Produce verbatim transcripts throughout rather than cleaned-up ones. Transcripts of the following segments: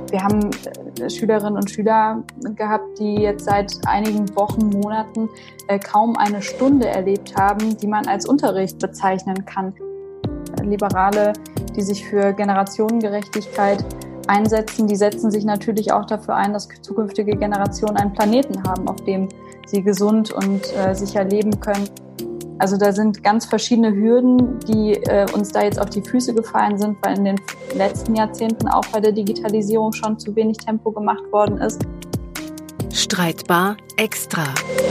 Wir haben Schülerinnen und Schüler gehabt, die jetzt seit einigen Wochen, Monaten kaum eine Stunde erlebt haben, die man als Unterricht bezeichnen kann. Liberale, die sich für Generationengerechtigkeit einsetzen, die setzen sich natürlich auch dafür ein, dass zukünftige Generationen einen Planeten haben, auf dem sie gesund und äh, sicher leben können. Also da sind ganz verschiedene Hürden, die äh, uns da jetzt auf die Füße gefallen sind, weil in den letzten Jahrzehnten auch bei der Digitalisierung schon zu wenig Tempo gemacht worden ist. Streitbar extra.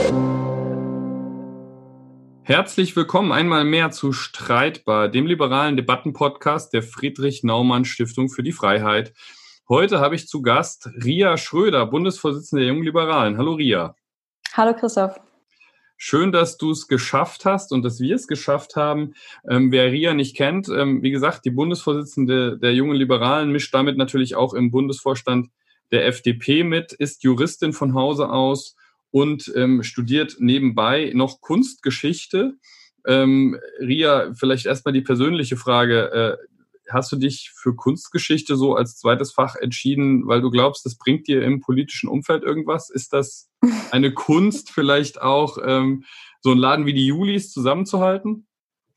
Herzlich willkommen einmal mehr zu Streitbar, dem liberalen Debattenpodcast der Friedrich-Naumann-Stiftung für die Freiheit. Heute habe ich zu Gast Ria Schröder, Bundesvorsitzende der Jungen Liberalen. Hallo Ria. Hallo Christoph. Schön, dass du es geschafft hast und dass wir es geschafft haben. Ähm, wer Ria nicht kennt, ähm, wie gesagt, die Bundesvorsitzende der Jungen Liberalen mischt damit natürlich auch im Bundesvorstand der F D P mit, ist Juristin von Hause aus und ähm, studiert nebenbei noch Kunstgeschichte. Ähm, Ria, vielleicht erstmal die persönliche Frage. Äh, hast du dich für Kunstgeschichte so als zweites Fach entschieden, weil du glaubst, das bringt dir im politischen Umfeld irgendwas? Ist das eine Kunst vielleicht auch, ähm, so einen Laden wie die Julis zusammenzuhalten?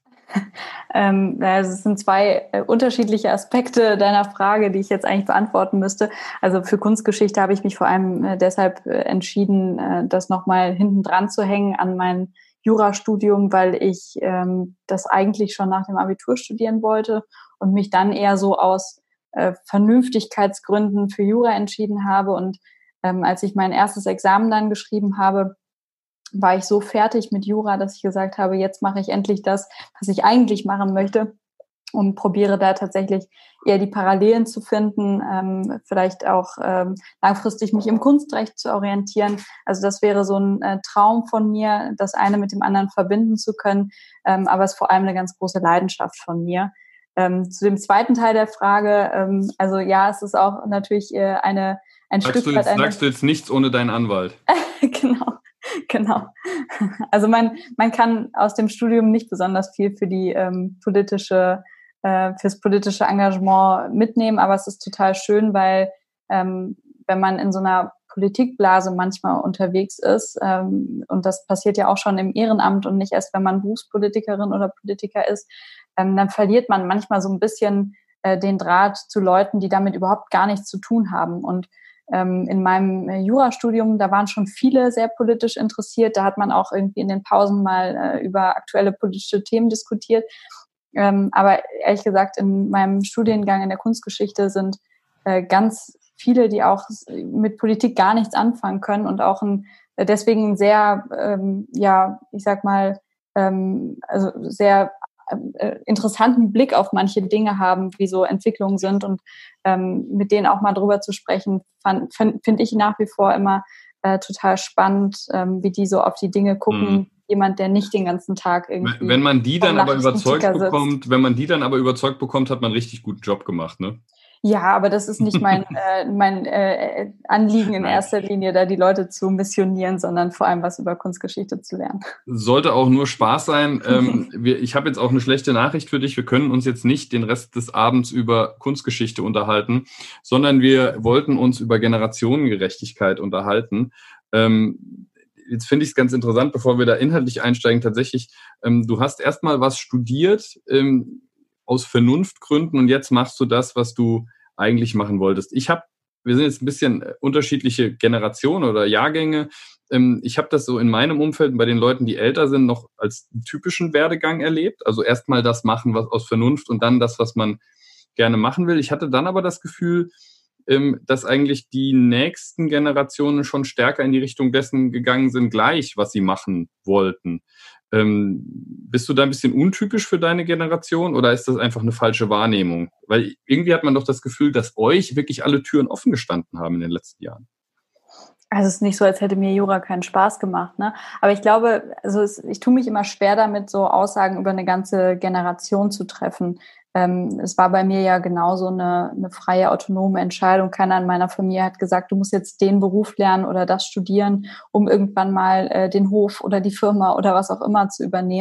Ähm, also es sind zwei äh, unterschiedliche Aspekte deiner Frage, die ich jetzt eigentlich beantworten müsste. Also für Kunstgeschichte habe ich mich vor allem äh, deshalb äh, entschieden, äh, das nochmal hinten dran zu hängen an mein Jurastudium, weil ich ähm, das eigentlich schon nach dem Abitur studieren wollte und mich dann eher so aus äh, Vernünftigkeitsgründen für Jura entschieden habe. Und ähm, als ich mein erstes Examen dann geschrieben habe, war ich so fertig mit Jura, dass ich gesagt habe, jetzt mache ich endlich das, was ich eigentlich machen möchte und probiere da tatsächlich eher die Parallelen zu finden, ähm, vielleicht auch ähm, langfristig mich im Kunstrecht zu orientieren. Also das wäre so ein äh, Traum von mir, das eine mit dem anderen verbinden zu können, ähm, aber es ist vor allem eine ganz große Leidenschaft von mir. Ähm, zu dem zweiten Teil der Frage, ähm, also ja, es ist auch natürlich äh, eine ein sagst Stück du jetzt, weit eine... Sagst du jetzt nichts ohne deinen Anwalt? Genau. Genau. Also man man kann aus dem Studium nicht besonders viel für die ähm, politische äh, fürs politische Engagement mitnehmen, aber es ist total schön, weil ähm, wenn man in so einer Politikblase manchmal unterwegs ist, ähm, und das passiert ja auch schon im Ehrenamt und nicht erst, wenn man Berufspolitikerin oder Politiker ist, ähm, dann verliert man manchmal so ein bisschen äh, den Draht zu Leuten, die damit überhaupt gar nichts zu tun haben. Und in meinem Jurastudium, da waren schon viele sehr politisch interessiert. Da hat man auch irgendwie in den Pausen mal äh, über aktuelle politische Themen diskutiert. Ähm, aber ehrlich gesagt, in meinem Studiengang in der Kunstgeschichte sind äh, ganz viele, die auch mit Politik gar nichts anfangen können und auch ein, deswegen sehr, ähm, ja, ich sag mal, ähm, also sehr interessanten Blick auf manche Dinge haben, wie so Entwicklungen sind und ähm, mit denen auch mal drüber zu sprechen, finde find ich nach wie vor immer äh, total spannend, ähm, wie die so auf die Dinge gucken. Mhm. Jemand, der nicht den ganzen Tag irgendwie... Wenn man die dann aber überzeugt bekommt, wenn man die dann aber überzeugt bekommt, hat man einen richtig guten Job gemacht, ne? Ja, aber das ist nicht mein, äh, mein äh, Anliegen in Nein. erster Linie, da die Leute zu missionieren, sondern vor allem was über Kunstgeschichte zu lernen. Sollte auch nur Spaß sein. ähm, wir, ich habe jetzt auch eine schlechte Nachricht für dich. Wir können uns jetzt nicht den Rest des Abends über Kunstgeschichte unterhalten, sondern wir wollten uns über Generationengerechtigkeit unterhalten. Ähm, jetzt finde ich es ganz interessant, bevor wir da inhaltlich einsteigen, tatsächlich, ähm, du hast erstmal was studiert, ähm, aus Vernunftgründen und jetzt machst du das, was du eigentlich machen wolltest. Ich habe, wir sind jetzt ein bisschen unterschiedliche Generationen oder Jahrgänge. Ich habe das so in meinem Umfeld bei den Leuten, die älter sind, noch als typischen Werdegang erlebt. Also erstmal das machen, was aus Vernunft und dann das, was man gerne machen will. Ich hatte dann aber das Gefühl, dass eigentlich die nächsten Generationen schon stärker in die Richtung dessen gegangen sind, gleich, was sie machen wollten. Ähm, bist du da ein bisschen untypisch für deine Generation oder ist das einfach eine falsche Wahrnehmung? Weil irgendwie hat man doch das Gefühl, dass euch wirklich alle Türen offen gestanden haben in den letzten Jahren. Also es ist nicht so, als hätte mir Jura keinen Spaß gemacht, ne? Aber ich glaube, also es, ich tue mich immer schwer damit, so Aussagen über eine ganze Generation zu treffen. Ähm, es war bei mir ja genauso eine, eine freie, autonome Entscheidung. Keiner in meiner Familie hat gesagt, du musst jetzt den Beruf lernen oder das studieren, um irgendwann mal äh, den Hof oder die Firma oder was auch immer zu übernehmen.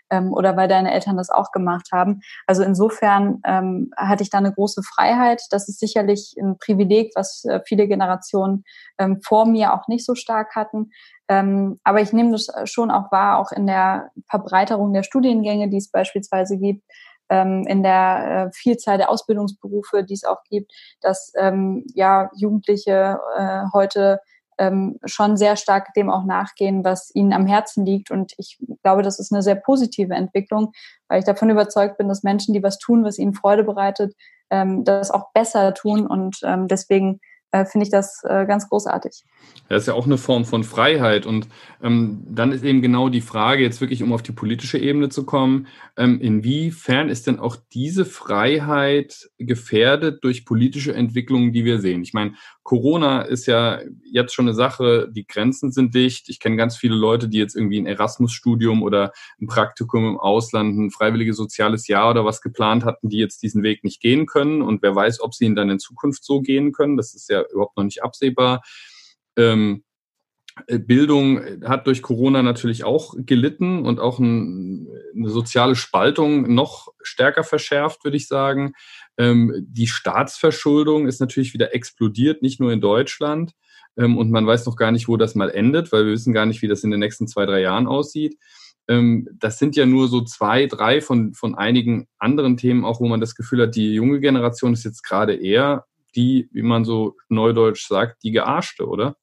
ähm, oder weil deine Eltern das auch gemacht haben. Also insofern ähm, hatte ich da eine große Freiheit. Das ist sicherlich ein Privileg, was äh, viele Generationen ähm, vor mir auch nicht so stark hatten. Ähm, aber ich nehme das schon auch wahr, auch in der Verbreiterung der Studiengänge, die es beispielsweise gibt, ähm, in der äh, Vielzahl der Ausbildungsberufe, die es auch gibt, dass ähm, ja Jugendliche äh, heute ähm, schon sehr stark dem auch nachgehen, was ihnen am Herzen liegt. Und ich glaube, das ist eine sehr positive Entwicklung, weil ich davon überzeugt bin, dass Menschen, die was tun, was ihnen Freude bereitet, ähm, das auch besser tun. Und ähm, deswegen äh, finde ich das äh, ganz großartig. Das ist ja auch eine Form von Freiheit. Und ähm, dann ist eben genau die Frage, jetzt wirklich um auf die politische Ebene zu kommen, ähm, inwiefern ist denn auch diese Freiheit gefährdet durch politische Entwicklungen, die wir sehen? Ich meine, Corona ist ja jetzt schon eine Sache, die Grenzen sind dicht. Ich kenne ganz viele Leute, die jetzt irgendwie ein Erasmus-Studium oder ein Praktikum im Ausland, ein freiwilliges soziales Jahr oder was geplant hatten, die jetzt diesen Weg nicht gehen können. Und wer weiß, ob sie ihn dann in Zukunft so gehen können. Das ist ja überhaupt noch nicht absehbar. Ähm, Bildung hat durch Corona natürlich auch gelitten und auch ein, eine soziale Spaltung noch stärker verschärft, würde ich sagen. Ähm, die Staatsverschuldung ist natürlich wieder explodiert, nicht nur in Deutschland. Ähm, und man weiß noch gar nicht, wo das mal endet, weil wir wissen gar nicht, wie das in den nächsten zwei, drei Jahren aussieht. Ähm, das sind ja nur so zwei, drei von, von einigen anderen Themen auch, wo man das Gefühl hat, die junge Generation ist jetzt gerade eher die, wie man so neudeutsch sagt, die Gearschte, oder?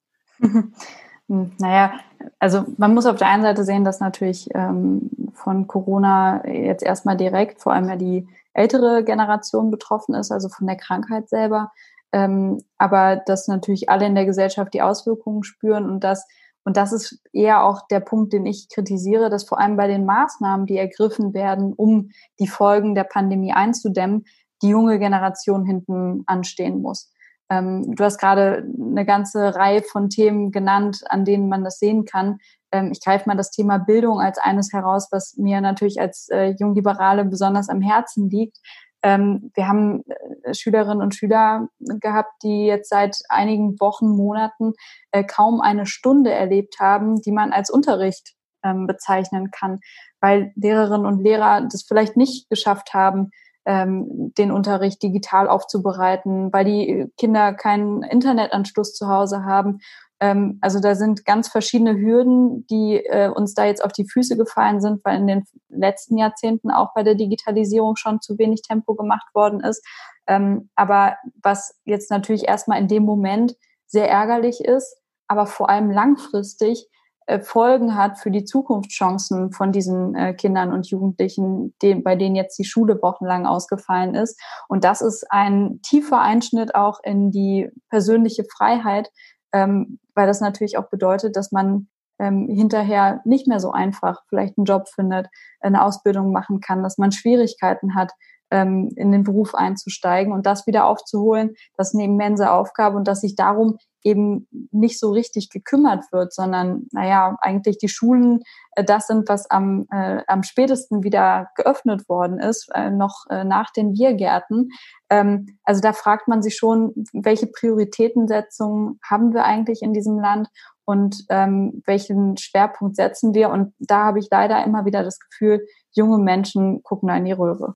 Naja, also man muss auf der einen Seite sehen, dass natürlich ähm, von Corona jetzt erstmal direkt vor allem ja die ältere Generation betroffen ist, also von der Krankheit selber, ähm, aber dass natürlich alle in der Gesellschaft die Auswirkungen spüren und das und das ist eher auch der Punkt, den ich kritisiere, dass vor allem bei den Maßnahmen, die ergriffen werden, um die Folgen der Pandemie einzudämmen, die junge Generation hinten anstehen muss. Ähm, du hast gerade eine ganze Reihe von Themen genannt, an denen man das sehen kann. Ähm, ich greife mal das Thema Bildung als eines heraus, was mir natürlich als äh, Jungliberale besonders am Herzen liegt. Ähm, wir haben äh, Schülerinnen und Schüler gehabt, die jetzt seit einigen Wochen, Monaten äh, kaum eine Stunde erlebt haben, die man als Unterricht ähm, bezeichnen kann, weil Lehrerinnen und Lehrer das vielleicht nicht geschafft haben, ähm, den Unterricht digital aufzubereiten, weil die Kinder keinen Internetanschluss zu Hause haben. Ähm, also da sind ganz verschiedene Hürden, die äh, uns da jetzt auf die Füße gefallen sind, weil in den letzten Jahrzehnten auch bei der Digitalisierung schon zu wenig Tempo gemacht worden ist. Ähm, aber was jetzt natürlich erstmal in dem Moment sehr ärgerlich ist, aber vor allem langfristig Folgen hat für die Zukunftschancen von diesen äh, Kindern und Jugendlichen, dem, bei denen jetzt die Schule wochenlang ausgefallen ist. Und das ist ein tiefer Einschnitt auch in die persönliche Freiheit, ähm, weil das natürlich auch bedeutet, dass man ähm, hinterher nicht mehr so einfach vielleicht einen Job findet, eine Ausbildung machen kann, dass man Schwierigkeiten hat, ähm, in den Beruf einzusteigen und das wieder aufzuholen. Das ist eine immense Aufgabe und dass sich darum eben nicht so richtig gekümmert wird, sondern, naja, eigentlich die Schulen äh, das sind, was am, äh, am spätesten wieder geöffnet worden ist, äh, noch äh, nach den Biergärten. Ähm, also da fragt man sich schon, welche Prioritätensetzungen haben wir eigentlich in diesem Land und ähm, welchen Schwerpunkt setzen wir? Und da habe ich leider immer wieder das Gefühl, junge Menschen gucken da in die Röhre.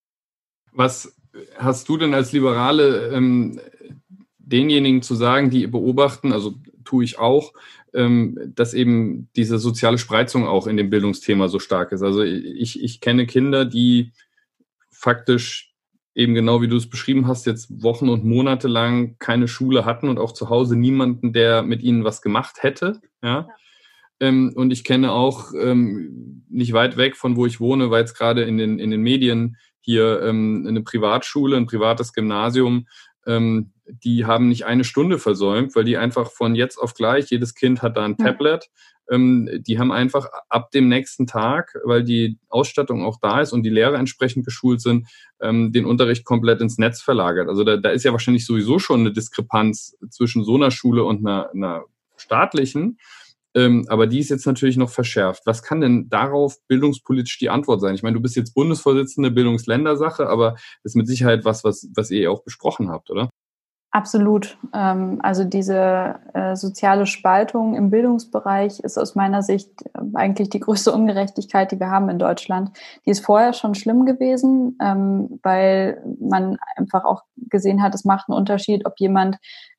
Was hast du denn als Liberale ähm, denjenigen zu sagen, die beobachten, also tue ich auch, ähm, dass eben diese soziale Spreizung auch in dem Bildungsthema so stark ist? Also ich, ich kenne Kinder, die faktisch eben genau wie du es beschrieben hast, jetzt Wochen und Monate lang keine Schule hatten und auch zu Hause niemanden, der mit ihnen was gemacht hätte. Ja. Ja. Ähm, und ich kenne auch ähm, nicht weit weg von wo ich wohne, weil jetzt gerade in den, in den Medien hier ähm, eine Privatschule, ein privates Gymnasium, ähm, die haben nicht eine Stunde versäumt, weil die einfach von jetzt auf gleich, jedes Kind hat da ein Tablet, ähm, die haben einfach ab dem nächsten Tag, weil die Ausstattung auch da ist und die Lehrer entsprechend geschult sind, ähm, den Unterricht komplett ins Netz verlagert. Also da, da ist ja wahrscheinlich sowieso schon eine Diskrepanz zwischen so einer Schule und einer, einer staatlichen. Ähm, aber die ist jetzt natürlich noch verschärft. Was kann denn darauf bildungspolitisch die Antwort sein? Ich meine, du bist jetzt Bundesvorsitzende Bildungsländersache, aber das ist mit Sicherheit was, was, was ihr auch besprochen habt, oder? Absolut. Also diese soziale Spaltung im Bildungsbereich ist aus meiner Sicht eigentlich die größte Ungerechtigkeit, die wir haben in Deutschland. Die ist vorher schon schlimm gewesen, weil man einfach auch gesehen hat, es macht einen Unterschied, ob jemand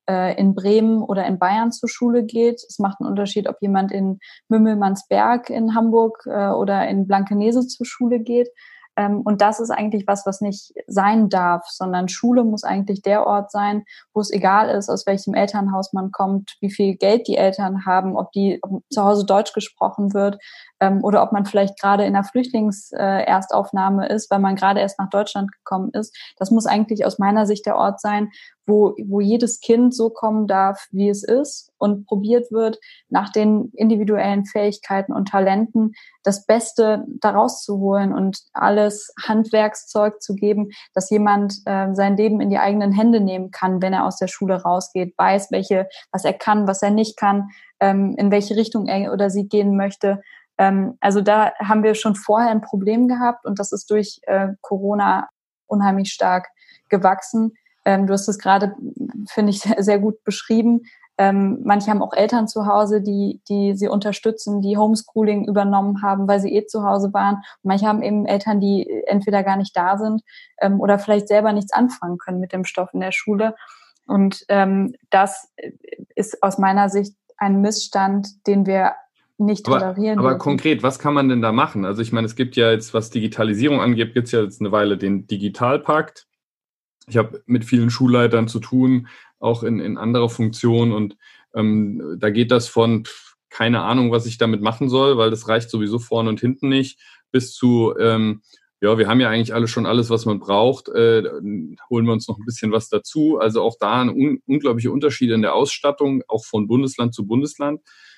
in Bremen oder in Bayern zur Schule geht. Es macht einen Unterschied, ob jemand in Mümmelmannsberg in Hamburg oder in Blankenese zur Schule geht. Und das ist eigentlich was, was nicht sein darf, sondern Schule muss eigentlich der Ort sein, wo es egal ist, aus welchem Elternhaus man kommt, wie viel Geld die Eltern haben, ob die ob zu Hause Deutsch gesprochen wird ähm, oder ob man vielleicht gerade in einer Flüchtlingserstaufnahme ist, weil man gerade erst nach Deutschland gekommen ist. Das muss eigentlich aus meiner Sicht der Ort sein, wo, wo jedes Kind so kommen darf, wie es ist und probiert wird, nach den individuellen Fähigkeiten und Talenten das Beste daraus zu holen und alles Handwerkszeug zu geben, dass jemand äh, sein Leben in die eigenen Hände nehmen kann, wenn er aus der Schule rausgeht, weiß, welche, was er kann, was er nicht kann, ähm, in welche Richtung er oder sie gehen möchte. Ähm, also da haben wir schon vorher ein Problem gehabt und das ist durch äh, Corona unheimlich stark gewachsen. Ähm, du hast es gerade, finde ich, sehr, sehr gut beschrieben. Ähm, manche haben auch Eltern zu Hause, die, die sie unterstützen, die Homeschooling übernommen haben, weil sie eh zu Hause waren. Und manche haben eben Eltern, die entweder gar nicht da sind ähm, oder vielleicht selber nichts anfangen können mit dem Stoff in der Schule. Und ähm, das ist aus meiner Sicht ein Missstand, den wir nicht tolerieren aber, aber dürfen. konkret, was kann man denn da machen? Also ich meine, es gibt ja jetzt, was Digitalisierung angeht, gibt es ja jetzt eine Weile den Digitalpakt. Ich habe mit vielen Schulleitern zu tun, auch in, in anderer Funktion und ähm, da geht das von pff, keine Ahnung, was ich damit machen soll, weil das reicht sowieso vorne und hinten nicht, bis zu, ähm, ja, wir haben ja eigentlich alle schon alles, was man braucht, äh, holen wir uns noch ein bisschen was dazu. Also auch da ein un- unglaubliche Unterschiede in der Ausstattung, auch von Bundesland zu Bundesland.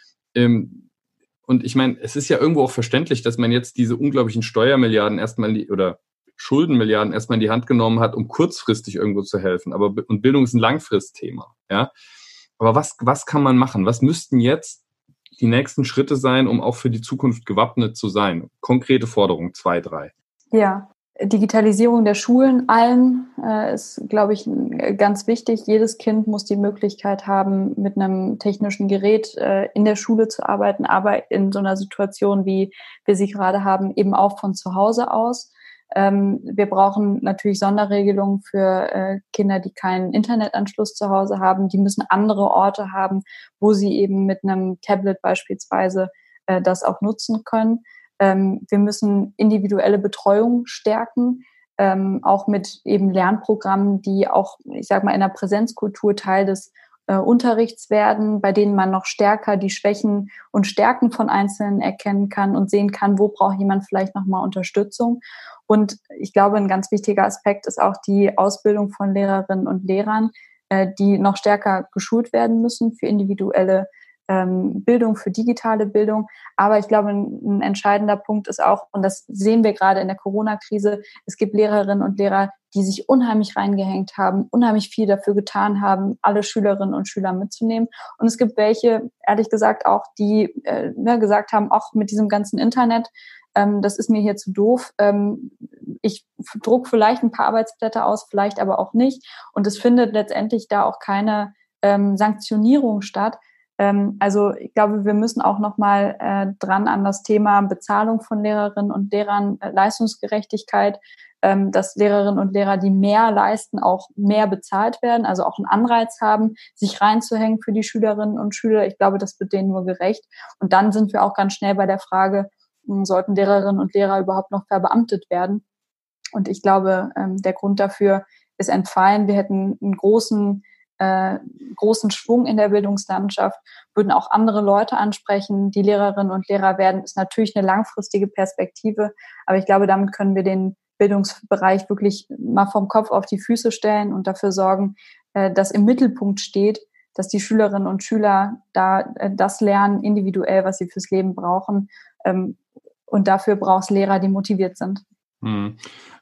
Ähm, und ich meine, es ist ja irgendwo auch verständlich, dass man jetzt diese unglaublichen Steuermilliarden erstmal oder Schuldenmilliarden erstmal in die Hand genommen hat, um kurzfristig irgendwo zu helfen. Aber und Bildung ist ein Langfristthema. Ja? Aber was, was kann man machen? Was müssten jetzt die nächsten Schritte sein, um auch für die Zukunft gewappnet zu sein? Konkrete Forderungen, zwei, drei. Ja, Digitalisierung der Schulen allen äh, ist, glaube ich, ganz wichtig. Jedes Kind muss die Möglichkeit haben, mit einem technischen Gerät äh, in der Schule zu arbeiten, aber in so einer Situation, wie wir sie gerade haben, eben auch von zu Hause aus. Ähm, wir brauchen natürlich Sonderregelungen für äh, Kinder, die keinen Internetanschluss zu Hause haben. Die müssen andere Orte haben, wo sie eben mit einem Tablet beispielsweise äh, das auch nutzen können. Ähm, wir müssen individuelle Betreuung stärken, ähm, auch mit eben Lernprogrammen, die auch, ich sag mal, in der Präsenzkultur Teil des äh, Unterrichts werden, bei denen man noch stärker die Schwächen und Stärken von Einzelnen erkennen kann und sehen kann, wo braucht jemand vielleicht nochmal Unterstützung. Und ich glaube, ein ganz wichtiger Aspekt ist auch die Ausbildung von Lehrerinnen und Lehrern, äh, die noch stärker geschult werden müssen für individuelle ähm, Bildung, für digitale Bildung. Aber ich glaube, ein, ein entscheidender Punkt ist auch, und das sehen wir gerade in der Corona-Krise, es gibt Lehrerinnen und Lehrer, die sich unheimlich reingehängt haben, unheimlich viel dafür getan haben, alle Schülerinnen und Schüler mitzunehmen. Und es gibt welche, ehrlich gesagt, auch, die äh, ne, gesagt haben, auch mit diesem ganzen Internet, ähm, das ist mir hier zu doof. Ähm, ich druck vielleicht ein paar Arbeitsblätter aus, vielleicht aber auch nicht. Und es findet letztendlich da auch keine ähm, Sanktionierung statt. Ähm, also ich glaube, wir müssen auch nochmal äh, dran an das Thema Bezahlung von Lehrerinnen und Lehrern, äh, Leistungsgerechtigkeit, ähm, dass Lehrerinnen und Lehrer, die mehr leisten, auch mehr bezahlt werden, also auch einen Anreiz haben, sich reinzuhängen für die Schülerinnen und Schüler. Ich glaube, das wird denen nur gerecht. Und dann sind wir auch ganz schnell bei der Frage, mh, sollten Lehrerinnen und Lehrer überhaupt noch verbeamtet werden? Und ich glaube, ähm, der Grund dafür ist entfallen. Wir hätten einen großen Äh, großen Schwung in der Bildungslandschaft, würden auch andere Leute ansprechen, die Lehrerinnen und Lehrer werden, ist natürlich eine langfristige Perspektive, aber ich glaube, damit können wir den Bildungsbereich wirklich mal vom Kopf auf die Füße stellen und dafür sorgen, äh, dass im Mittelpunkt steht, dass die Schülerinnen und Schüler da äh, das lernen, individuell, was sie fürs Leben brauchen, ähm, und dafür braucht es Lehrer, die motiviert sind. Hm.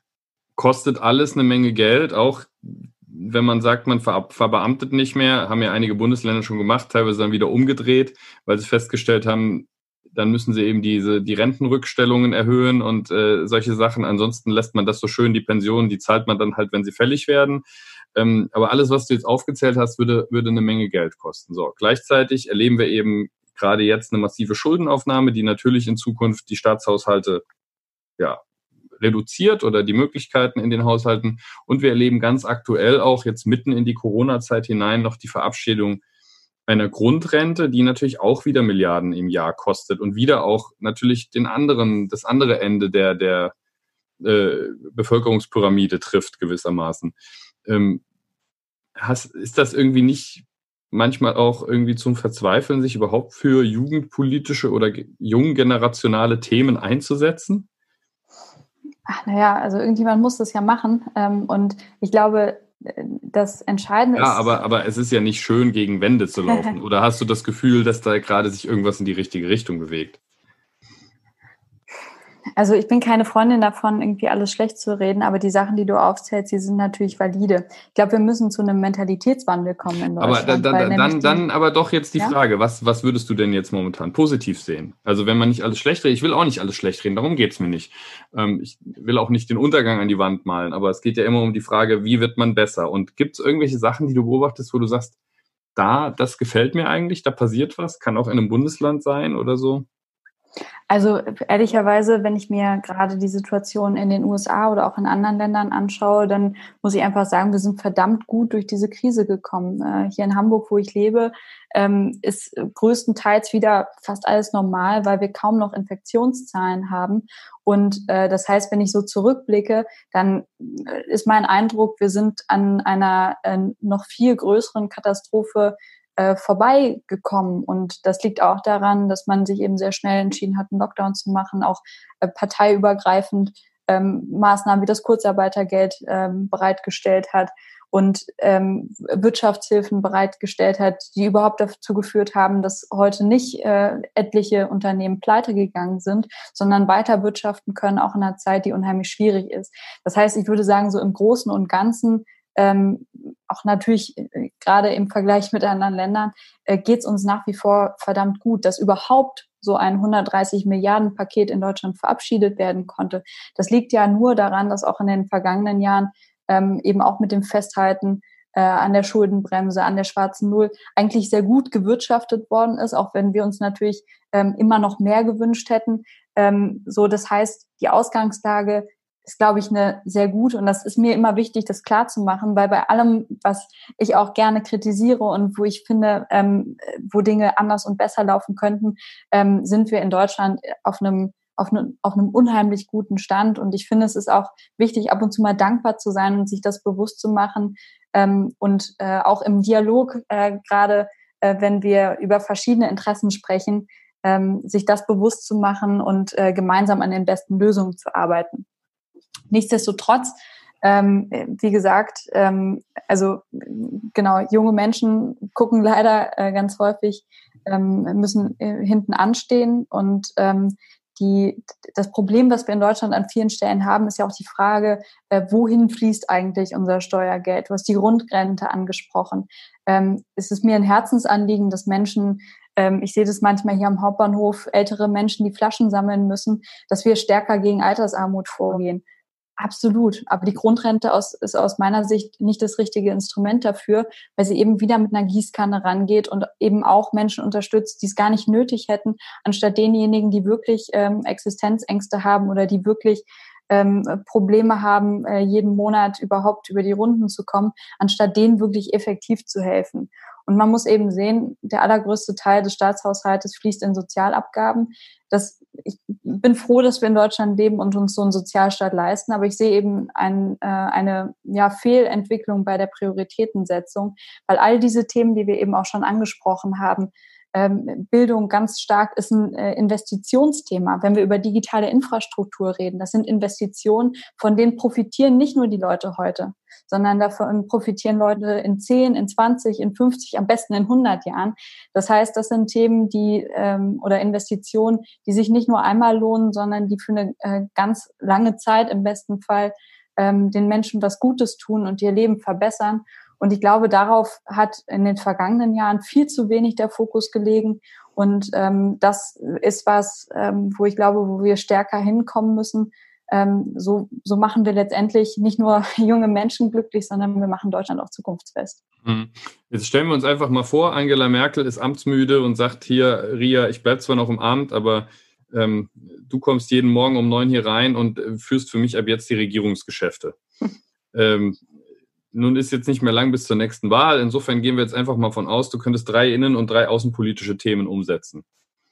Kostet alles eine Menge Geld, auch wenn man sagt, man ver- verbeamtet nicht mehr, haben ja einige Bundesländer schon gemacht, teilweise dann wieder umgedreht, weil sie festgestellt haben, dann müssen sie eben diese die Rentenrückstellungen erhöhen und äh, solche Sachen. Ansonsten lässt man das so schön, die Pensionen, die zahlt man dann halt, wenn sie fällig werden. Ähm, aber alles, was du jetzt aufgezählt hast, würde, würde eine Menge Geld kosten. So, gleichzeitig erleben wir eben gerade jetzt eine massive Schuldenaufnahme, die natürlich in Zukunft die Staatshaushalte ja, reduziert oder die Möglichkeiten in den Haushalten. Und wir erleben ganz aktuell auch jetzt mitten in die Corona-Zeit hinein noch die Verabschiedung einer Grundrente, die natürlich auch wieder Milliarden im Jahr kostet und wieder auch natürlich den anderen, das andere Ende der, der äh, Bevölkerungspyramide trifft gewissermaßen. Ähm, hast, ist das irgendwie nicht manchmal auch irgendwie zum Verzweifeln, sich überhaupt für jugendpolitische oder junggenerationale Themen einzusetzen? Ach, naja, also irgendjemand muss das ja machen. Ähm, und ich glaube, das Entscheidende ja, ist... aber, aber es ist ja nicht schön, gegen Wände zu laufen. Oder hast du das Gefühl, dass da gerade sich irgendwas in die richtige Richtung bewegt? Also ich bin keine Freundin davon, irgendwie alles schlecht zu reden, aber die Sachen, die du aufzählst, die sind natürlich valide. Ich glaube, wir müssen zu einem Mentalitätswandel kommen in Deutschland. Aber da, da, weil dann, die, dann aber doch jetzt die ja? Frage, was, was würdest du denn jetzt momentan positiv sehen? Also wenn man nicht alles schlecht redet, ich will auch nicht alles schlecht reden, darum geht's mir nicht. Ähm, ich will auch nicht den Untergang an die Wand malen, aber es geht ja immer um die Frage, wie wird man besser? Und gibt es irgendwelche Sachen, die du beobachtest, wo du sagst, da, das gefällt mir eigentlich, da passiert was, kann auch in einem Bundesland sein oder so? Also ehrlicherweise, wenn ich mir gerade die Situation in den U S A oder auch in anderen Ländern anschaue, dann muss ich einfach sagen, wir sind verdammt gut durch diese Krise gekommen. Äh, hier in Hamburg, wo ich lebe, ähm, ist größtenteils wieder fast alles normal, weil wir kaum noch Infektionszahlen haben. Und äh, das heißt, wenn ich so zurückblicke, dann ist mein Eindruck, wir sind an einer äh, noch viel größeren Katastrophe Äh, vorbeigekommen. Und das liegt auch daran, dass man sich eben sehr schnell entschieden hat, einen Lockdown zu machen, auch äh, parteiübergreifend ähm, Maßnahmen wie das Kurzarbeitergeld ähm, bereitgestellt hat und ähm, Wirtschaftshilfen bereitgestellt hat, die überhaupt dazu geführt haben, dass heute nicht äh, etliche Unternehmen pleite gegangen sind, sondern weiter wirtschaften können, auch in einer Zeit, die unheimlich schwierig ist. Das heißt, ich würde sagen, so im Großen und Ganzen Ähm, auch natürlich äh, gerade im Vergleich mit anderen Ländern äh, geht es uns nach wie vor verdammt gut, dass überhaupt so ein hundertdreißig Milliarden Paket in Deutschland verabschiedet werden konnte. Das liegt ja nur daran, dass auch in den vergangenen Jahren ähm, eben auch mit dem Festhalten äh, an der Schuldenbremse, an der schwarzen Null eigentlich sehr gut gewirtschaftet worden ist, auch wenn wir uns natürlich ähm, immer noch mehr gewünscht hätten. Ähm, so, das heißt, die Ausgangslage ist, glaube ich, eine sehr gute. Und das ist mir immer wichtig, das klar zu machen, weil bei allem, was ich auch gerne kritisiere und wo ich finde, ähm, wo Dinge anders und besser laufen könnten, ähm, sind wir in Deutschland auf einem auf einem, auf einem unheimlich guten Stand. Und ich finde, es ist auch wichtig, ab und zu mal dankbar zu sein und sich das bewusst zu machen. Ähm, und äh, auch im Dialog, äh, gerade äh, wenn wir über verschiedene Interessen sprechen, ähm, sich das bewusst zu machen und äh, gemeinsam an den besten Lösungen zu arbeiten. Nichtsdestotrotz, ähm, wie gesagt, ähm, also genau, junge Menschen gucken leider äh, ganz häufig, ähm, müssen äh, hinten anstehen und ähm, die, das Problem, was wir in Deutschland an vielen Stellen haben, ist ja auch die Frage, äh, wohin fließt eigentlich unser Steuergeld? Du hast die Grundrente angesprochen. Ähm, es ist mir ein Herzensanliegen, dass Menschen, ähm, ich sehe das manchmal hier am Hauptbahnhof, ältere Menschen, die Flaschen sammeln müssen, dass wir stärker gegen Altersarmut vorgehen. Absolut. Aber die Grundrente aus, ist aus meiner Sicht nicht das richtige Instrument dafür, weil sie eben wieder mit einer Gießkanne rangeht und eben auch Menschen unterstützt, die es gar nicht nötig hätten, anstatt denjenigen, die wirklich ähm, Existenzängste haben oder die wirklich ähm, Probleme haben, äh, jeden Monat überhaupt über die Runden zu kommen, anstatt denen wirklich effektiv zu helfen. Und man muss eben sehen, der allergrößte Teil des Staatshaushaltes fließt in Sozialabgaben. Das, ich bin froh, dass wir in Deutschland leben und uns so einen Sozialstaat leisten, aber ich sehe eben ein, äh, eine ja, Fehlentwicklung bei der Prioritätensetzung, weil all diese Themen, die wir eben auch schon angesprochen haben, ähm, Bildung ganz stark ist ein äh, Investitionsthema. Wenn wir über digitale Infrastruktur reden, das sind Investitionen, von denen profitieren nicht nur die Leute heute, sondern davon profitieren Leute in zehn, in zwanzig, in fünfzig, am besten in hundert Jahren. Das heißt, das sind Themen, die ähm, oder Investitionen, die sich nicht nur einmal lohnen, sondern die für eine äh, ganz lange Zeit im besten Fall ähm, den Menschen was Gutes tun und ihr Leben verbessern. Und ich glaube, darauf hat in den vergangenen Jahren viel zu wenig der Fokus gelegen. Und ähm, das ist was, ähm, wo ich glaube, wo wir stärker hinkommen müssen. ähm, so, so machen wir letztendlich nicht nur junge Menschen glücklich, sondern wir machen Deutschland auch zukunftsfest. Jetzt stellen wir uns einfach mal vor, Angela Merkel ist amtsmüde und sagt hier, Ria, ich bleib zwar noch im Amt, aber ähm, du kommst jeden Morgen um neun hier rein und äh, führst für mich ab jetzt die Regierungsgeschäfte. ähm, nun ist jetzt nicht mehr lang bis zur nächsten Wahl. Insofern gehen wir jetzt einfach mal von aus, du könntest drei innen- und drei außenpolitische Themen umsetzen.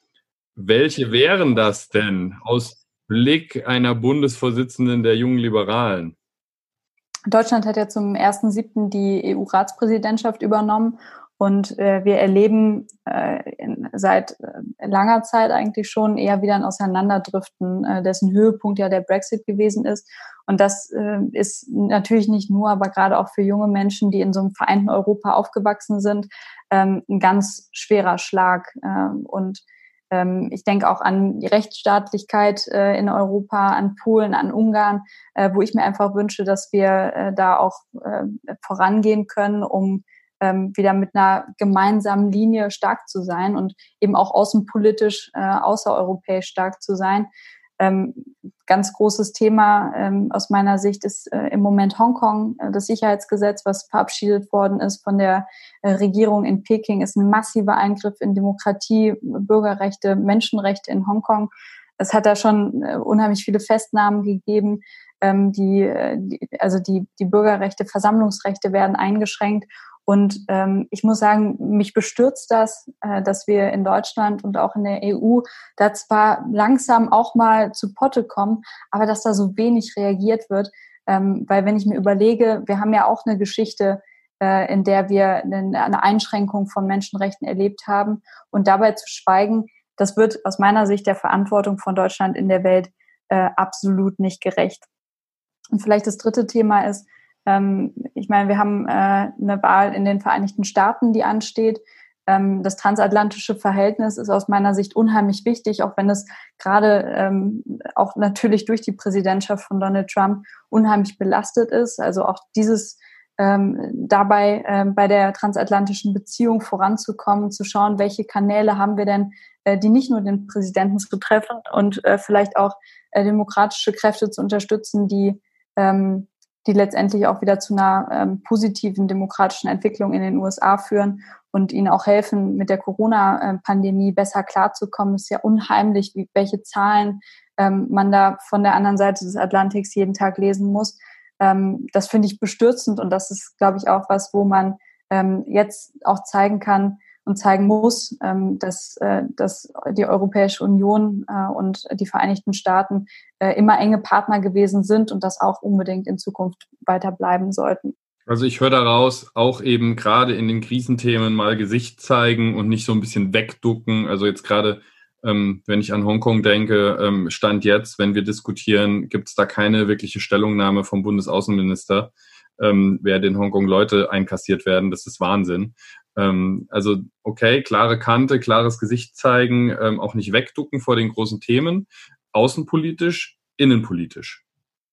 Welche wären das denn aus Blick einer Bundesvorsitzenden der Jungen Liberalen? Deutschland hat ja zum ersten siebten die E U-Ratspräsidentschaft übernommen und äh, wir erleben äh, in, seit äh, langer Zeit eigentlich schon eher wieder ein Auseinanderdriften, äh, dessen Höhepunkt ja der Brexit gewesen ist. Und das äh, ist natürlich nicht nur, aber gerade auch für junge Menschen, die in so einem vereinten Europa aufgewachsen sind, ähm, ein ganz schwerer Schlag. Äh, und Ich denke auch an die Rechtsstaatlichkeit äh, in Europa, an Polen, an Ungarn, äh, wo ich mir einfach wünsche, dass wir äh, da auch äh, vorangehen können, um ähm, wieder mit einer gemeinsamen Linie stark zu sein und eben auch außenpolitisch, äh, außereuropäisch stark zu sein. Ähm, ganz großes Thema ähm, aus meiner Sicht ist äh, im Moment Hongkong. Äh, das Sicherheitsgesetz, was verabschiedet worden ist von der äh, Regierung in Peking, ist ein massiver Eingriff in Demokratie, Bürgerrechte, Menschenrechte in Hongkong. Es hat da schon äh, unheimlich viele Festnahmen gegeben. Ähm, die, äh, die, also die, die Bürgerrechte, Versammlungsrechte werden eingeschränkt. Und ähm, ich muss sagen, mich bestürzt das, äh, dass wir in Deutschland und auch in der E U da zwar langsam auch mal zu Potte kommen, aber dass da so wenig reagiert wird. Ähm, weil wenn ich mir überlege, wir haben ja auch eine Geschichte, äh, in der wir eine, eine Einschränkung von Menschenrechten erlebt haben. Und dabei zu schweigen, das wird aus meiner Sicht der Verantwortung von Deutschland in der Welt äh, absolut nicht gerecht. Und vielleicht das dritte Thema ist, Ähm, ich meine, wir haben äh, eine Wahl in den Vereinigten Staaten, die ansteht. Ähm, das transatlantische Verhältnis ist aus meiner Sicht unheimlich wichtig, auch wenn es gerade ähm, auch natürlich durch die Präsidentschaft von Donald Trump unheimlich belastet ist. Also auch dieses ähm, dabei ähm, bei der transatlantischen Beziehung voranzukommen, zu schauen, welche Kanäle haben wir denn, äh, die nicht nur den Präsidenten zu treffen und äh, vielleicht auch äh, demokratische Kräfte zu unterstützen, die ähm, die letztendlich auch wieder zu einer ähm, positiven demokratischen Entwicklung in den U S A führen und ihnen auch helfen, mit der Corona-Pandemie besser klarzukommen. Es ist ja unheimlich, wie, welche Zahlen ähm, man da von der anderen Seite des Atlantiks jeden Tag lesen muss. Ähm, das finde ich bestürzend und das ist, glaube ich, auch was, wo man ähm, jetzt auch zeigen kann und zeigen muss, ähm, dass, äh, dass die Europäische Union äh, und die Vereinigten Staaten äh, immer enge Partner gewesen sind und das auch unbedingt in Zukunft weiter bleiben sollten. Also ich höre daraus auch eben gerade in den Krisenthemen mal Gesicht zeigen und nicht so ein bisschen wegducken. Also jetzt gerade, ähm, wenn ich an Hongkong denke, ähm, Stand jetzt, wenn wir diskutieren, gibt es da keine wirkliche Stellungnahme vom Bundesaußenminister, ähm, wer in Hongkong Leute einkassiert werden. Das ist Wahnsinn. Ähm, also okay, klare Kante, klares Gesicht zeigen, ähm, auch nicht wegducken vor den großen Themen. Außenpolitisch, innenpolitisch.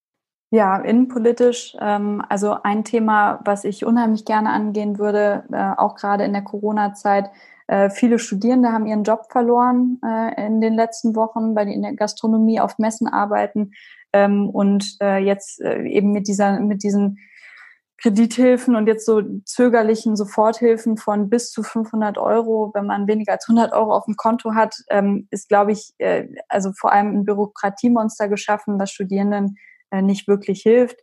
Ja, innenpolitisch, ähm, also ein Thema, was ich unheimlich gerne angehen würde, äh, auch gerade in der Corona-Zeit. Äh, viele Studierende haben ihren Job verloren äh, in den letzten Wochen, weil die in der Gastronomie auf Messen arbeiten ähm, und äh, jetzt äh, eben mit dieser, mit diesen Kredithilfen und jetzt so zögerlichen Soforthilfen von bis zu fünfhundert Euro, wenn man weniger als hundert Euro auf dem Konto hat, ähm, ist, glaube ich, äh, also vor allem ein Bürokratiemonster geschaffen, das Studierenden äh, nicht wirklich hilft.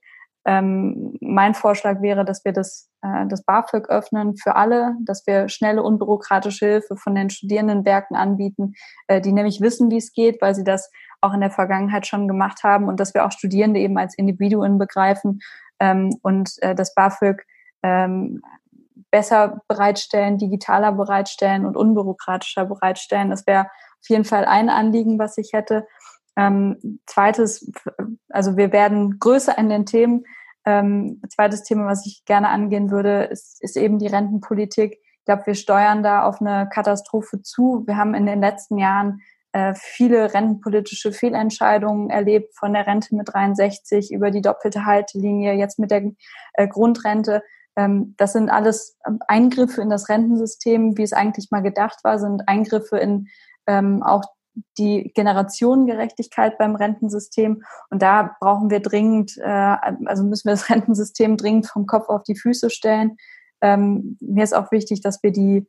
Ähm, mein Vorschlag wäre, dass wir das, äh, das BAföG öffnen für alle, dass wir schnelle, unbürokratische Hilfe von den Studierendenwerken anbieten, äh, die nämlich wissen, wie es geht, weil sie das auch in der Vergangenheit schon gemacht haben und dass wir auch Studierende eben als Individuen begreifen ähm, und äh, das BAföG ähm, besser bereitstellen, digitaler bereitstellen und unbürokratischer bereitstellen. Das wäre auf jeden Fall ein Anliegen, was ich hätte. Ähm, zweites, also wir werden größer in den Themen. Ähm, zweites Thema, was ich gerne angehen würde, ist, ist eben die Rentenpolitik. Ich glaube, wir steuern da auf eine Katastrophe zu. Wir haben in den letzten Jahren äh, viele rentenpolitische Fehlentscheidungen erlebt, von der Rente mit dreiundsechzig über die doppelte Haltelinie, jetzt mit der äh, Grundrente. Ähm, das sind alles Eingriffe in das Rentensystem, wie es eigentlich mal gedacht war, sind Eingriffe in ähm, auch die Generationengerechtigkeit beim Rentensystem. Und da brauchen wir dringend, äh, also müssen wir das Rentensystem dringend vom Kopf auf die Füße stellen. Ähm, mir ist auch wichtig, dass wir die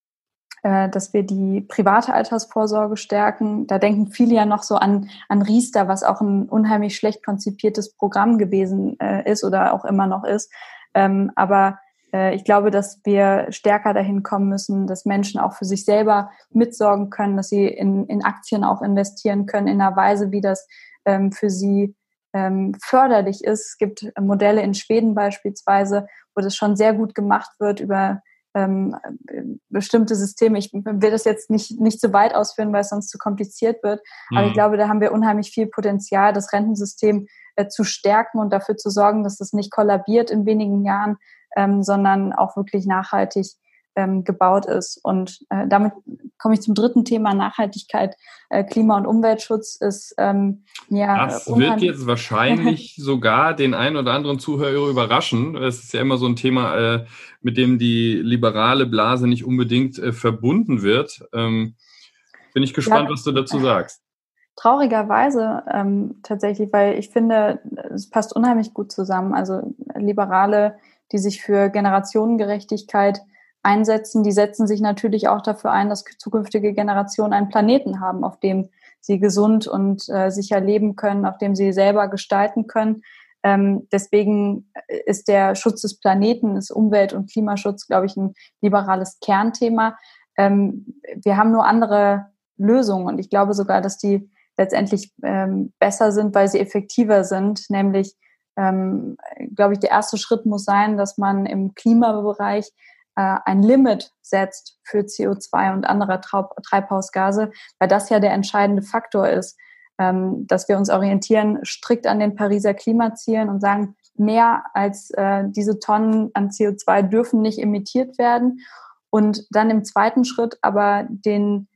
dass wir die private Altersvorsorge stärken. Da denken viele ja noch so an, an Riester, was auch ein unheimlich schlecht konzipiertes Programm gewesen äh, ist oder auch immer noch ist. Ähm, aber äh, ich glaube, dass wir stärker dahin kommen müssen, dass Menschen auch für sich selber mitsorgen können, dass sie in, in Aktien auch investieren können, in einer Weise, wie das ähm, für sie ähm, förderlich ist. Es gibt Modelle in Schweden beispielsweise, wo das schon sehr gut gemacht wird über Ähm, bestimmte Systeme. Ich will das jetzt nicht, nicht zu weit ausführen, weil es sonst zu kompliziert wird. Mhm. Aber ich glaube, da haben wir unheimlich viel Potenzial, das Rentensystem äh, zu stärken und dafür zu sorgen, dass es nicht kollabiert in wenigen Jahren, ähm, sondern auch wirklich nachhaltig ähm, gebaut ist. Und äh, damit komme ich zum dritten Thema, Nachhaltigkeit. Äh, Klima- und Umweltschutz ist ähm, ja Das wird jetzt wahrscheinlich sogar den einen oder anderen Zuhörer überraschen. Es ist ja immer so ein Thema, äh, mit dem die liberale Blase nicht unbedingt äh, verbunden wird. Ähm, bin ich gespannt, ja, was du dazu sagst. Traurigerweise ähm, tatsächlich, weil ich finde, es passt unheimlich gut zusammen. Also Liberale, die sich für Generationengerechtigkeit einsetzen, die setzen sich natürlich auch dafür ein, dass zukünftige Generationen einen Planeten haben, auf dem sie gesund und äh, sicher leben können, auf dem sie selber gestalten können. Ähm, deswegen ist der Schutz des Planeten, ist Umwelt- und Klimaschutz, glaube ich, ein liberales Kernthema. Ähm, wir haben nur andere Lösungen und ich glaube sogar, dass die letztendlich ähm, besser sind, weil sie effektiver sind. Nämlich, ähm, glaube ich, der erste Schritt muss sein, dass man im Klimabereich ein Limit setzt für C O zwei und andere Treibhausgase, weil das ja der entscheidende Faktor ist, dass wir uns orientieren strikt an den Pariser Klimazielen und sagen, mehr als diese Tonnen an C O zwei dürfen nicht emittiert werden. Und dann im zweiten Schritt aber den,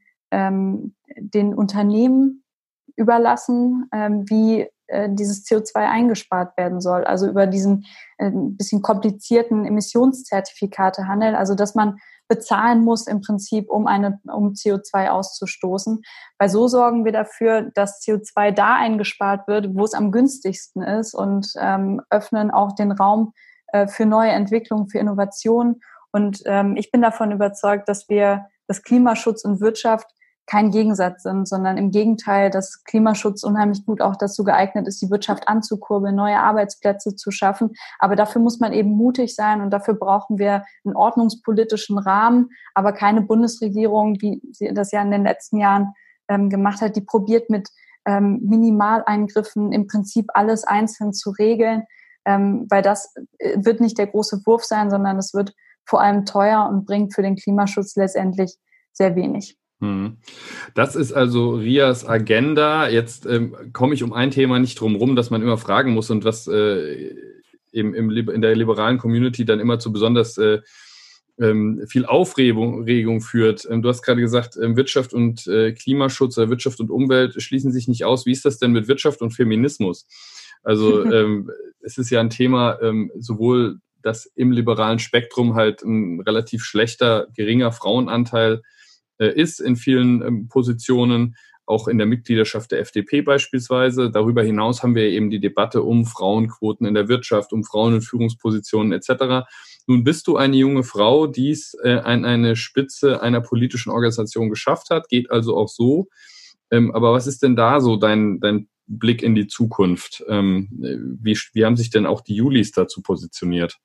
den Unternehmen überlassen, wie dieses C O zwei eingespart werden soll. Also über diesen äh, bisschen komplizierten Emissionszertifikatehandel, also dass man bezahlen muss im Prinzip, um eine um C O zwei auszustoßen. Weil so sorgen wir dafür, dass C O zwei da eingespart wird, wo es am günstigsten ist und ähm, öffnen auch den Raum äh, für neue Entwicklungen, für Innovationen. Und ähm, ich bin davon überzeugt, dass wir das Klimaschutz und Wirtschaft kein Gegensatz sind, sondern im Gegenteil, dass Klimaschutz unheimlich gut auch dazu geeignet ist, die Wirtschaft anzukurbeln, neue Arbeitsplätze zu schaffen. Aber dafür muss man eben mutig sein und dafür brauchen wir einen ordnungspolitischen Rahmen, aber keine Bundesregierung, wie sie das ja in den letzten Jahren ähm, gemacht hat, die probiert mit ähm, Minimaleingriffen im Prinzip alles einzeln zu regeln, ähm, weil das wird nicht der große Wurf sein, sondern es wird vor allem teuer und bringt für den Klimaschutz letztendlich sehr wenig. Das ist also Rias Agenda. Jetzt ähm, komme ich um ein Thema nicht drum rum, dass man immer fragen muss und was äh, im, im, in der liberalen Community dann immer zu besonders äh, ähm, viel Aufregung Regung führt. Ähm, du hast gerade gesagt, ähm, Wirtschaft und äh, Klimaschutz oder Wirtschaft und Umwelt schließen sich nicht aus. Wie ist das denn mit Wirtschaft und Feminismus? Also ähm, es ist ja ein Thema, ähm, sowohl dass im liberalen Spektrum halt ein relativ schlechter, geringer Frauenanteil ist in vielen ähm, Positionen, auch in der Mitgliedschaft der F D P beispielsweise. Darüber hinaus haben wir eben die Debatte um Frauenquoten in der Wirtschaft, um Frauen in Führungspositionen et cetera. Nun bist du eine junge Frau, die es äh, an eine Spitze einer politischen Organisation geschafft hat, geht also auch so. Ähm, aber was ist denn da so dein, dein Blick in die Zukunft? Ähm, wie, wie haben sich denn auch die Julis dazu positioniert?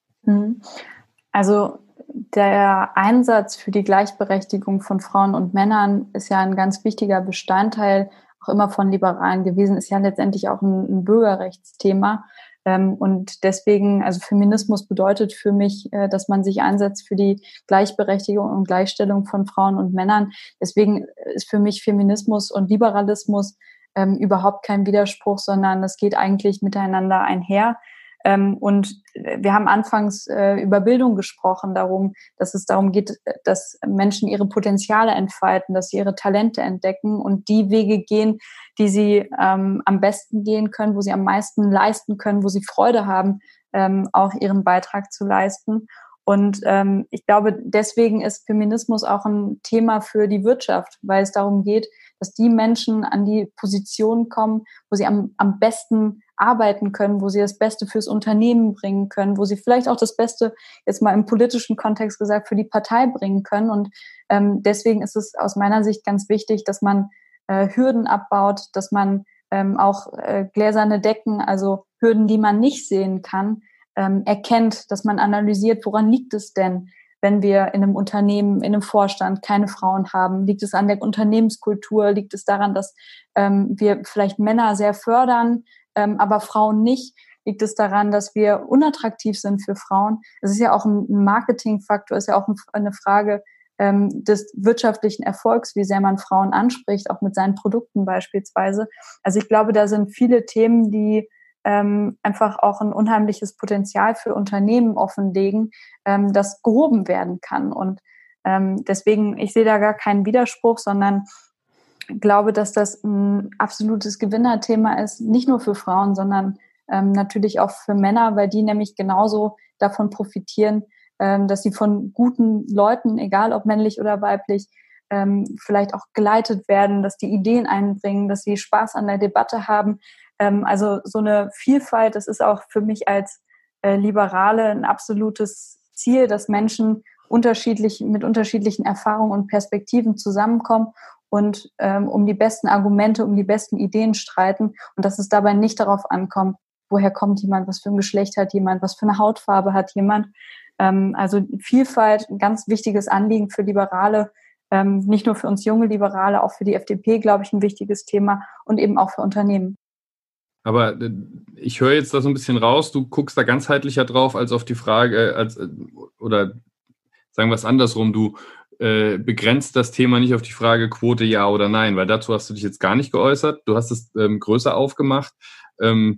Also der Einsatz für die Gleichberechtigung von Frauen und Männern ist ja ein ganz wichtiger Bestandteil, auch immer von Liberalen gewesen, ist ja letztendlich auch ein, ein Bürgerrechtsthema. Und deswegen, also Feminismus bedeutet für mich, dass man sich einsetzt für die Gleichberechtigung und Gleichstellung von Frauen und Männern. Deswegen ist für mich Feminismus und Liberalismus ähm, überhaupt kein Widerspruch, sondern das geht eigentlich miteinander einher. Ähm, und wir haben anfangs äh, über Bildung gesprochen, darum, dass es darum geht, dass Menschen ihre Potenziale entfalten, dass sie ihre Talente entdecken und die Wege gehen, die sie ähm, am besten gehen können, wo sie am meisten leisten können, wo sie Freude haben, ähm, auch ihren Beitrag zu leisten. Und ähm, ich glaube, deswegen ist Feminismus auch ein Thema für die Wirtschaft, weil es darum geht, dass die Menschen an die Position kommen, wo sie am, am besten arbeiten können, wo sie das Beste fürs Unternehmen bringen können, wo sie vielleicht auch das Beste, jetzt mal im politischen Kontext gesagt, für die Partei bringen können. Und ähm, deswegen ist es aus meiner Sicht ganz wichtig, dass man äh, Hürden abbaut, dass man ähm, auch äh, gläserne Decken, also Hürden, die man nicht sehen kann, ähm, erkennt, dass man analysiert, woran liegt es denn, wenn wir in einem Unternehmen, in einem Vorstand keine Frauen haben? Liegt es an der Unternehmenskultur? Liegt es daran, dass ähm, wir vielleicht Männer sehr fördern, ähm, aber Frauen nicht? Liegt es daran, dass wir unattraktiv sind für Frauen? Es ist ja auch ein Marketingfaktor, ist ja auch eine Frage ähm, des wirtschaftlichen Erfolgs, wie sehr man Frauen anspricht, auch mit seinen Produkten beispielsweise. Also ich glaube, da sind viele Themen, die ähm, einfach auch ein unheimliches Potenzial für Unternehmen offenlegen, ähm, das gehoben werden kann. Und ähm, deswegen, ich sehe da gar keinen Widerspruch, sondern glaube, dass das ein absolutes Gewinnerthema ist, nicht nur für Frauen, sondern ähm, natürlich auch für Männer, weil die nämlich genauso davon profitieren, ähm, dass sie von guten Leuten, egal ob männlich oder weiblich, ähm, vielleicht auch geleitet werden, dass die Ideen einbringen, dass sie Spaß an der Debatte haben. Ähm, also so eine Vielfalt, das ist auch für mich als äh, Liberale ein absolutes Ziel, dass Menschen unterschiedlich mit unterschiedlichen Erfahrungen und Perspektiven zusammenkommen und ähm, um die besten Argumente, um die besten Ideen streiten und dass es dabei nicht darauf ankommt, woher kommt jemand, was für ein Geschlecht hat jemand, was für eine Hautfarbe hat jemand. Ähm, also Vielfalt, ein ganz wichtiges Anliegen für Liberale, ähm, nicht nur für uns junge Liberale, auch für die F D P, glaube ich, ein wichtiges Thema und eben auch für Unternehmen. Aber ich höre jetzt da so ein bisschen raus, du guckst da ganzheitlicher drauf als auf die Frage, als oder sagen wir es andersrum, du äh, begrenzt das Thema nicht auf die Frage Quote ja oder nein, weil dazu hast du dich jetzt gar nicht geäußert. Du hast es ähm, größer aufgemacht. Ähm,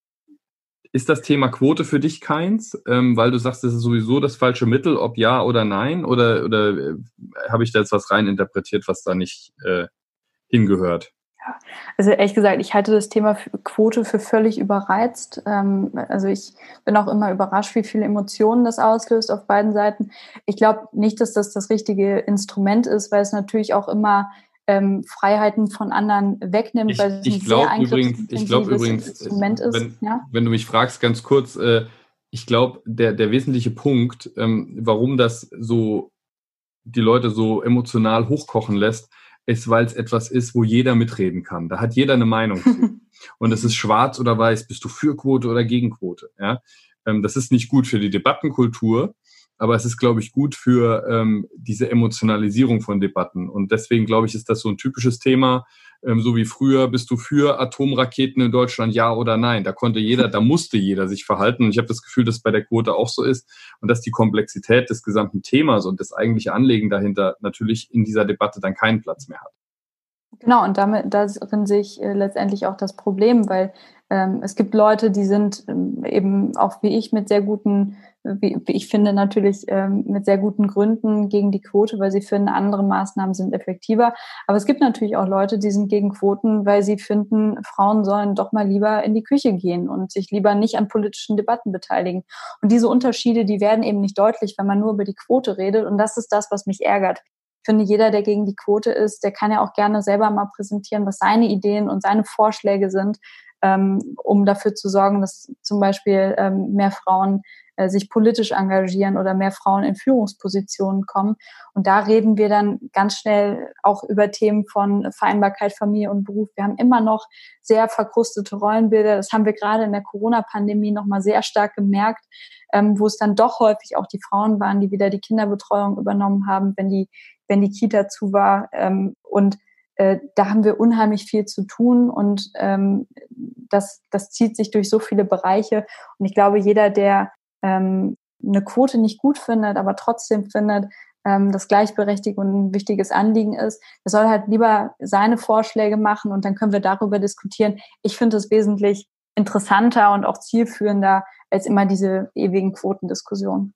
ist das Thema Quote für dich keins, ähm, weil du sagst, das ist sowieso das falsche Mittel, ob ja oder nein? Oder, oder äh, habe ich da jetzt was reininterpretiert, was da nicht äh, hingehört? Ja, also ehrlich gesagt, ich halte das Thema Quote für völlig überreizt. Ähm, also ich bin auch immer überrascht, wie viele Emotionen das auslöst auf beiden Seiten. Ich glaube nicht, dass das das richtige Instrument ist, weil es natürlich auch immer ähm, Freiheiten von anderen wegnimmt, Ich, weil es ich ein sehr übrigens, ich glaube übrigens, Instrument ist. wenn, Ja? wenn du mich fragst, ganz kurz, äh, ich glaube, der, der wesentliche Punkt, ähm, warum das so die Leute so emotional hochkochen lässt, ist, weil es etwas ist, wo jeder mitreden kann. Da hat jeder eine Meinung zu. Und es ist schwarz oder weiß, bist du für Quote oder gegen Quote. Ja? Ähm, das ist nicht gut für die Debattenkultur, aber es ist, glaube ich, gut für ähm, diese Emotionalisierung von Debatten. Und deswegen, glaube ich, ist das so ein typisches Thema, ähm, so wie früher, bist du für Atomraketen in Deutschland, ja oder nein? Da konnte jeder, da musste jeder sich verhalten. Und ich habe das Gefühl, dass bei der Quote auch so ist und dass die Komplexität des gesamten Themas und das eigentliche Anliegen dahinter natürlich in dieser Debatte dann keinen Platz mehr hat. Genau, und damit darin sehe ich äh, letztendlich auch das Problem, weil ähm, es gibt Leute, die sind ähm, eben auch wie ich mit sehr guten, wie, wie ich finde natürlich ähm, mit sehr guten Gründen gegen die Quote, weil sie finden, andere Maßnahmen sind effektiver. Aber es gibt natürlich auch Leute, die sind gegen Quoten, weil sie finden, Frauen sollen doch mal lieber in die Küche gehen und sich lieber nicht an politischen Debatten beteiligen. Und diese Unterschiede, die werden eben nicht deutlich, wenn man nur über die Quote redet. Und das ist das, was mich ärgert. Ich finde, jeder, der gegen die Quote ist, der kann ja auch gerne selber mal präsentieren, was seine Ideen und seine Vorschläge sind, ähm, um dafür zu sorgen, dass zum Beispiel ähm, mehr Frauen äh, sich politisch engagieren oder mehr Frauen in Führungspositionen kommen. Und da reden wir dann ganz schnell auch über Themen von Vereinbarkeit, Familie und Beruf. Wir haben immer noch sehr verkrustete Rollenbilder. Das haben wir gerade in der Corona-Pandemie nochmal sehr stark gemerkt, ähm, wo es dann doch häufig auch die Frauen waren, die wieder die Kinderbetreuung übernommen haben, wenn die wenn die Kita zu war. Ähm, und äh, da haben wir unheimlich viel zu tun und ähm, das, das zieht sich durch so viele Bereiche. Und ich glaube, jeder, der ähm, eine Quote nicht gut findet, aber trotzdem findet, ähm, dass Gleichberechtigung ein wichtiges Anliegen ist, der soll halt lieber seine Vorschläge machen und dann können wir darüber diskutieren. Ich finde es wesentlich interessanter und auch zielführender als immer diese ewigen Quotendiskussionen.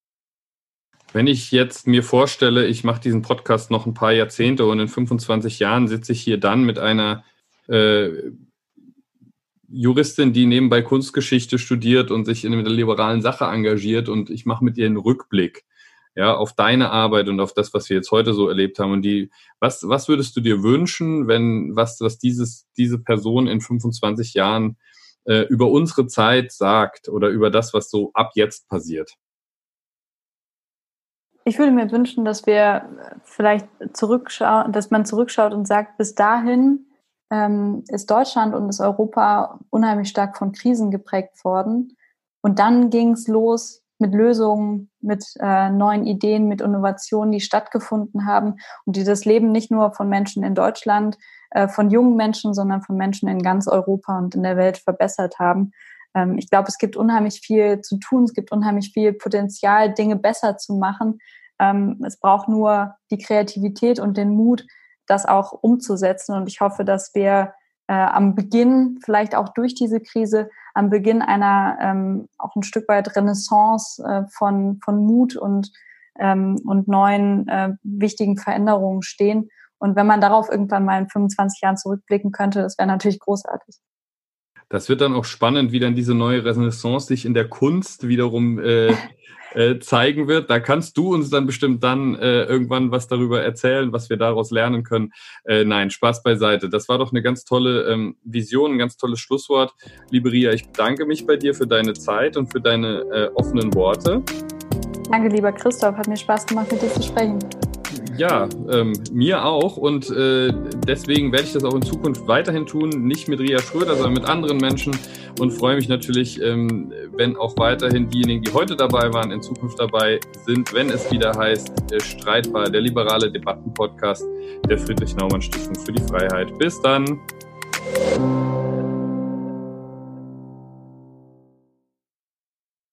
Wenn ich jetzt mir vorstelle, ich mache diesen Podcast noch ein paar Jahrzehnte und in fünfundzwanzig Jahren sitze ich hier dann mit einer äh, Juristin, die nebenbei Kunstgeschichte studiert und sich in einer liberalen Sache engagiert und ich mache mit ihr einen Rückblick. ja, auf deine Arbeit und auf das, was wir jetzt heute so erlebt haben. Und die, was, was würdest du dir wünschen, wenn, was, was dieses, diese Person in fünfundzwanzig Jahren äh, über unsere Zeit sagt oder über das, was so ab jetzt passiert? Ich würde mir wünschen, dass wir vielleicht zurückschauen, dass man zurückschaut und sagt, bis dahin ähm, ist Deutschland und ist Europa unheimlich stark von Krisen geprägt worden. Und dann ging es los mit Lösungen, mit äh, neuen Ideen, mit Innovationen, die stattgefunden haben und die das Leben nicht nur von Menschen in Deutschland, äh, von jungen Menschen, sondern von Menschen in ganz Europa und in der Welt verbessert haben. Ähm, ich glaube, es gibt unheimlich viel zu tun, es gibt unheimlich viel Potenzial, Dinge besser zu machen. Ähm, es braucht nur die Kreativität und den Mut, das auch umzusetzen. Und ich hoffe, dass wir äh, am Beginn, vielleicht auch durch diese Krise, am Beginn einer ähm, auch ein Stück weit Renaissance äh, von, von Mut und, ähm, und neuen äh, wichtigen Veränderungen stehen. Und wenn man darauf irgendwann mal in fünfundzwanzig Jahren zurückblicken könnte, das wäre natürlich großartig. Das wird dann auch spannend, wie dann diese neue Renaissance sich in der Kunst wiederum äh, äh, zeigen wird. Da kannst du uns dann bestimmt dann äh, irgendwann was darüber erzählen, was wir daraus lernen können. Äh, nein, Spaß beiseite. Das war doch eine ganz tolle ähm, Vision, ein ganz tolles Schlusswort. Liebe Ria, ich bedanke mich bei dir für deine Zeit und für deine äh, offenen Worte. Danke, lieber Christoph. Hat mir Spaß gemacht, mit dir zu sprechen. Ja, ähm, mir auch und äh, deswegen werde ich das auch in Zukunft weiterhin tun, nicht mit Ria Schröder, sondern mit anderen Menschen und freue mich natürlich, ähm, wenn auch weiterhin diejenigen, die heute dabei waren, in Zukunft dabei sind, wenn es wieder heißt äh, Streitbar, der liberale Debatten-Podcast der Friedrich-Naumann-Stiftung für die Freiheit. Bis dann!